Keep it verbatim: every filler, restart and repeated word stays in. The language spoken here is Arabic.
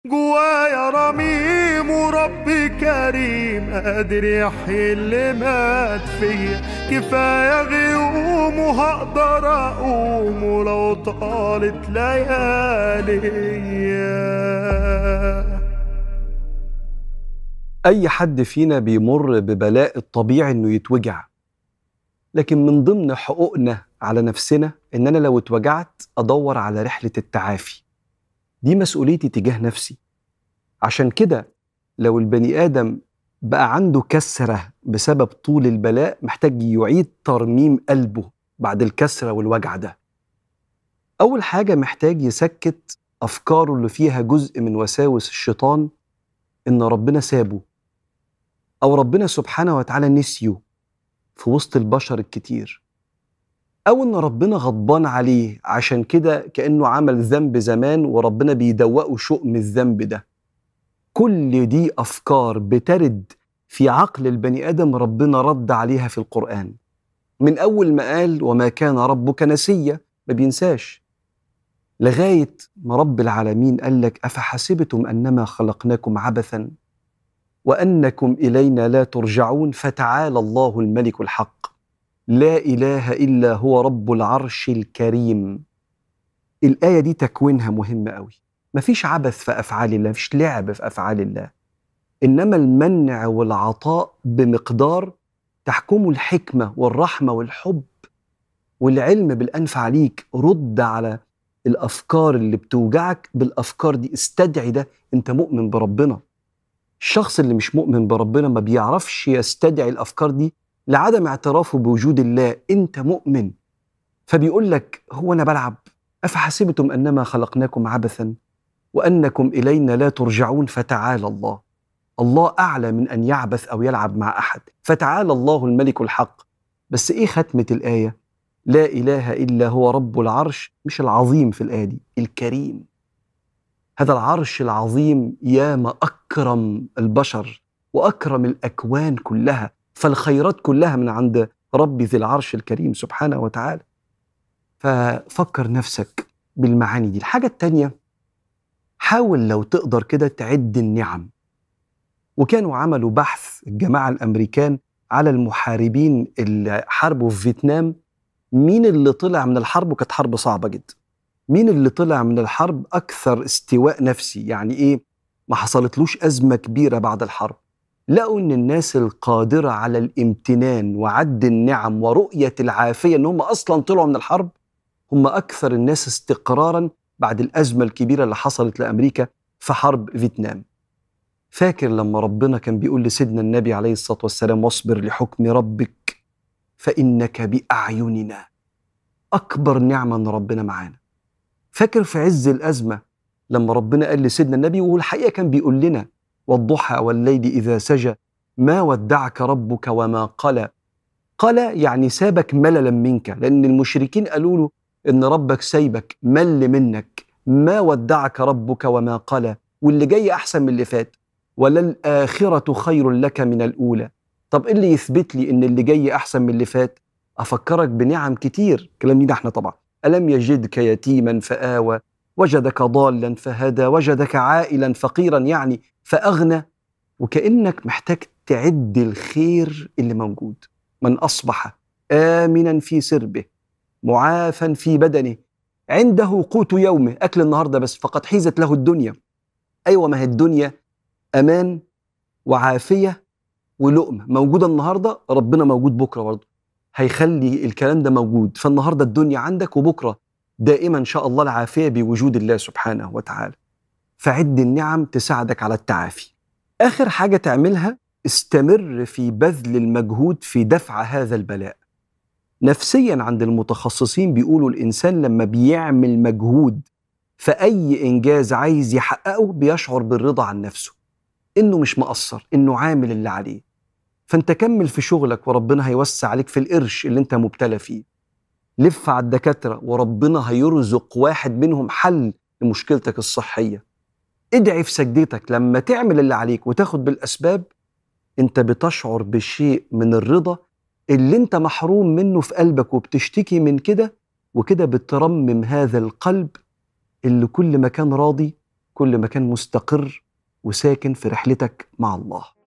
جوايا رميم وربي كريم قادر يحيي اللي مات فيا. كفاية غيوم وهقدر أقوم ولو طالت لياليا. أي حد فينا بيمر ببلاء الطبيعي إنه يتوجع، لكن من ضمن حقوقنا على نفسنا إن أنا لو اتوجعت أدور على رحلة التعافي. دي مسؤوليتي تجاه نفسي. عشان كده لو البني آدم بقى عنده كسرة بسبب طول البلاء، محتاج يعيد ترميم قلبه بعد الكسرة والوجع ده. أول حاجة محتاج يسكت أفكاره اللي فيها جزء من وساوس الشيطان إن ربنا سابه أو ربنا سبحانه وتعالى نسيه في وسط البشر الكتير، أو إن ربنا غضبان عليه عشان كده كأنه عمل ذنب زمان وربنا بيدوقه شؤم الذنب ده. كل دي أفكار بترد في عقل البني آدم ربنا رد عليها في القرآن، من أول ما قال وما كان ربك نسيا، ما بينساش، لغاية ما رب العالمين قال لك أفحسبتم أنما خلقناكم عبثا وأنكم إلينا لا ترجعون فتعالى الله الملك الحق لا إله إلا هو رب العرش الكريم. الآية دي تكوينها مهم قوي. مفيش عبث في أفعال الله، مفيش لعب في أفعال الله، إنما المنع والعطاء بمقدار تحكمه الحكمة والرحمة والحب والعلم بالأنفع ليك. رد على الأفكار اللي بتوجعك بالأفكار دي، استدعي ده. أنت مؤمن بربنا. الشخص اللي مش مؤمن بربنا ما بيعرفش يستدعي الأفكار دي لعدم اعترافه بوجود الله. أنت مؤمن، فبيقول لك هو أنا بلعب؟ أفحسبتم أنما خلقناكم عبثا وأنكم إلينا لا ترجعون فتعالى الله. الله أعلى من أن يعبث أو يلعب مع أحد، فتعالى الله الملك الحق. بس إيه ختمة الآية؟ لا إله إلا هو رب العرش، مش العظيم في الآية دي، الكريم. هذا العرش العظيم ياما أكرم البشر وأكرم الأكوان كلها، فالخيرات كلها من عند ربي ذي العرش الكريم سبحانه وتعالى. ففكر نفسك بالمعاني دي. الحاجة التانية، حاول لو تقدر كده تعد النعم. وكانوا عملوا بحث الجماعة الأمريكان على المحاربين اللي حاربوا في فيتنام، مين اللي طلع من الحرب، وكانت حرب صعبة جدا، مين اللي طلع من الحرب أكثر استواء نفسي، يعني إيه ما حصلتلوش أزمة كبيرة بعد الحرب. لقوا إن الناس القادرة على الامتنان وعد النعم ورؤية العافية، إن هم أصلا طلعوا من الحرب، هم أكثر الناس استقرارا بعد الأزمة الكبيرة اللي حصلت لأمريكا في حرب فيتنام. فاكر لما ربنا كان بيقول لسيدنا النبي عليه الصلاة والسلام واصبر لحكم ربك فإنك بأعيننا؟ أكبر نعمة أن ربنا معانا. فاكر في عز الأزمة لما ربنا قال لسيدنا النبي، والحقيقة كان بيقول لنا والضحى والليل إذا سجى ما ودعك ربك وما قلى. قلى يعني سابك مللا منك، لأن المشركين قالوا له إن ربك سايبك مل منك. ما ودعك ربك وما قلى، واللي جاي أحسن من اللي فات، وللآخرة خير لك من الأولى. طب إيه اللي يثبت لي إن اللي جاي أحسن من اللي فات؟ أفكرك بنعم كتير، كلام لينا احنا طبعا. ألم يجدك يتيما فآوى وجدك ضالا فهدى وجدك عائلا فقيرا يعني فأغنى. وكأنك محتاج تعد الخير اللي موجود. من أصبح آمنا في سربه معافا في بدنه عنده قوت يومه، أكل النهاردة بس، فقد حيزت له الدنيا. أيوة، ما هي الدنيا أمان وعافية ولقمة موجودة النهاردة، ربنا موجود بكرة برضه، هيخلي الكلام ده موجود. فالنهاردة الدنيا عندك، وبكرة دائما إن شاء الله العافية بوجود الله سبحانه وتعالى. فعد النعم تساعدك على التعافي. آخر حاجة تعملها، استمر في بذل المجهود في دفع هذا البلاء. نفسيا عند المتخصصين بيقولوا الإنسان لما بيعمل مجهود في أي إنجاز عايز يحققه بيشعر بالرضا عن نفسه، إنه مش مقصر، إنه عامل اللي عليه. فأنت كمل في شغلك وربنا هيوسع عليك في القرش اللي أنت مبتلى فيه. لف على الدكاترة وربنا هيرزق واحد منهم حل لمشكلتك الصحية. ادعي في سجدتك. لما تعمل اللي عليك وتاخد بالأسباب، أنت بتشعر بشيء من الرضا اللي أنت محروم منه في قلبك، وبتشتكي من كده، وكده بترمم هذا القلب اللي كل ما كان راضي كل ما كان مستقر وساكن في رحلتك مع الله.